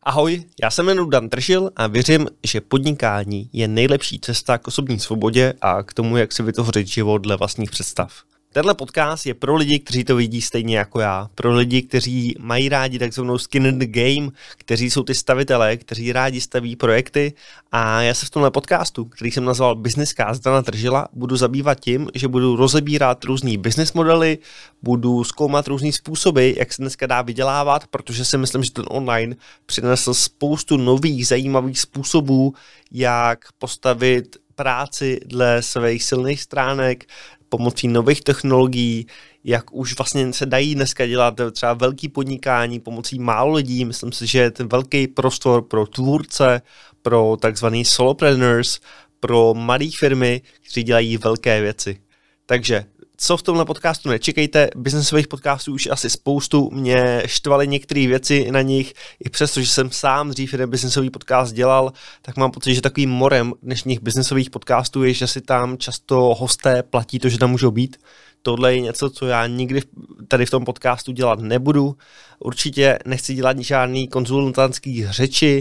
Ahoj, já se jmenuji Dan Tržil a věřím, že podnikání je nejlepší cesta k osobní svobodě a k tomu, jak si vytvořit život dle vlastních představ. Tenhle podcast je pro lidi, kteří to vidí stejně jako já. Pro lidi, kteří mají rádi takzvanou skin in the game, kteří jsou ty stavitelé, kteří rádi staví projekty. A já se v tomhle podcastu, který jsem nazval Businesscast Dana Tržila, budu zabývat tím, že budu rozebírat různý business modely, budu zkoumat různý způsoby, jak se dneska dá vydělávat, protože si myslím, že ten online přinesl spoustu nových zajímavých způsobů, jak postavit práci dle svých silných stránek, pomocí nových technologií, jak už vlastně se dají dneska dělat třeba velký podnikání pomocí málo lidí. Myslím si, že je ten velký prostor pro tvůrce, pro takzvaný solopreneurs, pro malé firmy, kteří dělají velké věci. Takže co v tomhle podcastu nečekejte, biznesových podcastů už asi spoustu, mě štvaly některé věci na nich, i přesto, že jsem sám dřív jeden biznesový podcast dělal, tak mám pocit, že takovým morem dnešních biznesových podcastů je, že si tam často hosté platí to, že tam můžou být. Tohle je něco, co já nikdy tady v tom podcastu dělat nebudu. Určitě nechci dělat žádný konzultantský řeči,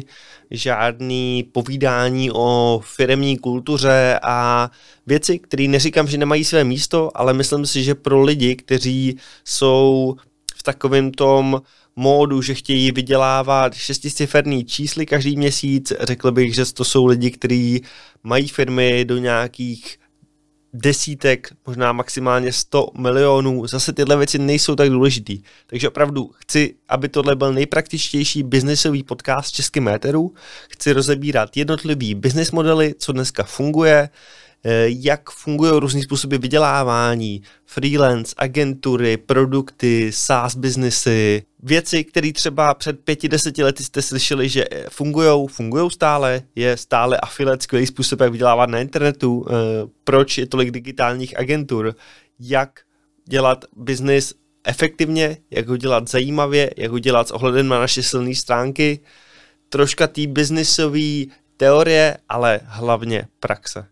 žádný povídání o firemní kultuře a věci, které neříkám, že nemají své místo, ale myslím si, že pro lidi, kteří jsou v takovém tom módu, že chtějí vydělávat šesticiferný čísly každý měsíc, řekl bych, že to jsou lidi, kteří mají firmy do nějakých desítek, možná maximálně 100 milionů. Zase tyhle věci nejsou tak důležitý. Takže opravdu chci, aby tohle byl nejpraktičtější biznesový podcast v českém éteru. Chci rozebírat jednotlivý business modely, co dneska funguje, jak fungují různý způsoby vydělávání, freelance, agentury, produkty, SaaS biznesy, věci, které třeba před 5-10 lety jste slyšeli, že fungujou stále, je stále affiliate skvělý způsob, jak vydělávat na internetu, proč je tolik digitálních agentur, jak dělat biznis efektivně, jak ho dělat zajímavě, jak ho dělat s ohledem na naše silné stránky, troška té biznisové teorie, ale hlavně praxe.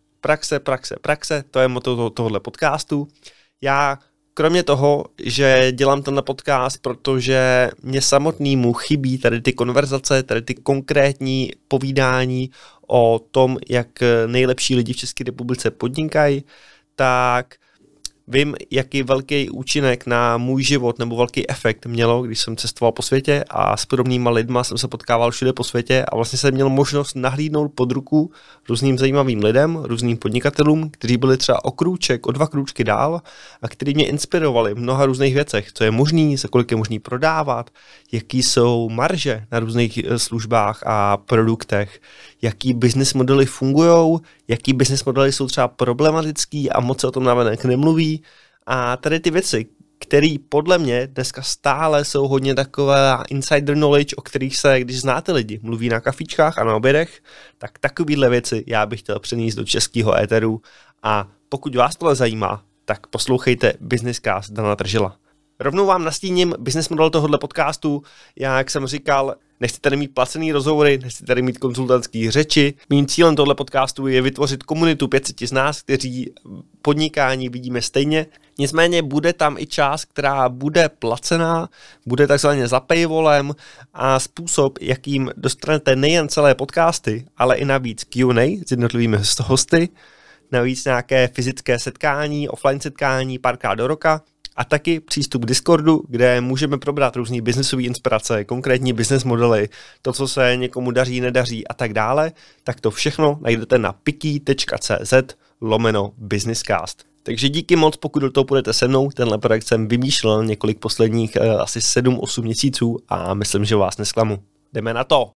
Praxe, to je motto tohohle podcastu. Já kromě toho, že dělám tenhle podcast, protože mě samotnému chybí tady ty konverzace, tady ty konkrétní povídání o tom, jak nejlepší lidi v České republice podnikají, tak vím, jaký velký účinek na můj život nebo velký efekt mělo, když jsem cestoval po světě a s podobnýma lidma jsem se potkával všude po světě a vlastně jsem měl možnost nahlídnout pod ruku různým zajímavým lidem, různým podnikatelům, kteří byli třeba o 2 krůčky dál a kteří mě inspirovali v mnoha různých věcech, co je možný, za kolik je možný prodávat, jaký jsou marže na různých službách a produktech, jaký business modely fungujou, jaký business modely jsou třeba problematický a moc se o tom navenek nemluví. A tady ty věci, které podle mě dneska stále jsou hodně taková insider knowledge, o kterých se, když znáte lidi, mluví na kafičkách a na obědech, tak takovýhle věci já bych chtěl přenést do českého éteru. A pokud vás tohle zajímá, tak poslouchejte Businesscast Dana Tržila. Rovnou vám nastíním business model tohohle podcastu. Jak jsem říkal, nechci tady mít placený rozhovory, nechci tady mít konzultantský řeči. Mým cílem tohle podcastu je vytvořit komunitu 500 z nás, kteří podnikání vidíme stejně. Nicméně bude tam i část, která bude placená, bude takzvaně za paywallem a způsob, jakým dostanete nejen celé podcasty, ale i navíc Q&A s jednotlivými hosty, navíc nějaké fyzické setkání, offline setkání párkrát do roka, a taky přístup k Discordu, kde můžeme probrat různý biznesové inspirace, konkrétní business modely, to, co se někomu daří, nedaří a tak dále, tak to všechno najdete na piki.cz/businesscast. Takže díky moc, pokud do toho půjdete se mnou, tenhle projekt jsem vymýšlel několik posledních asi 7-8 měsíců a myslím, že vás nesklamu. Jdeme na to!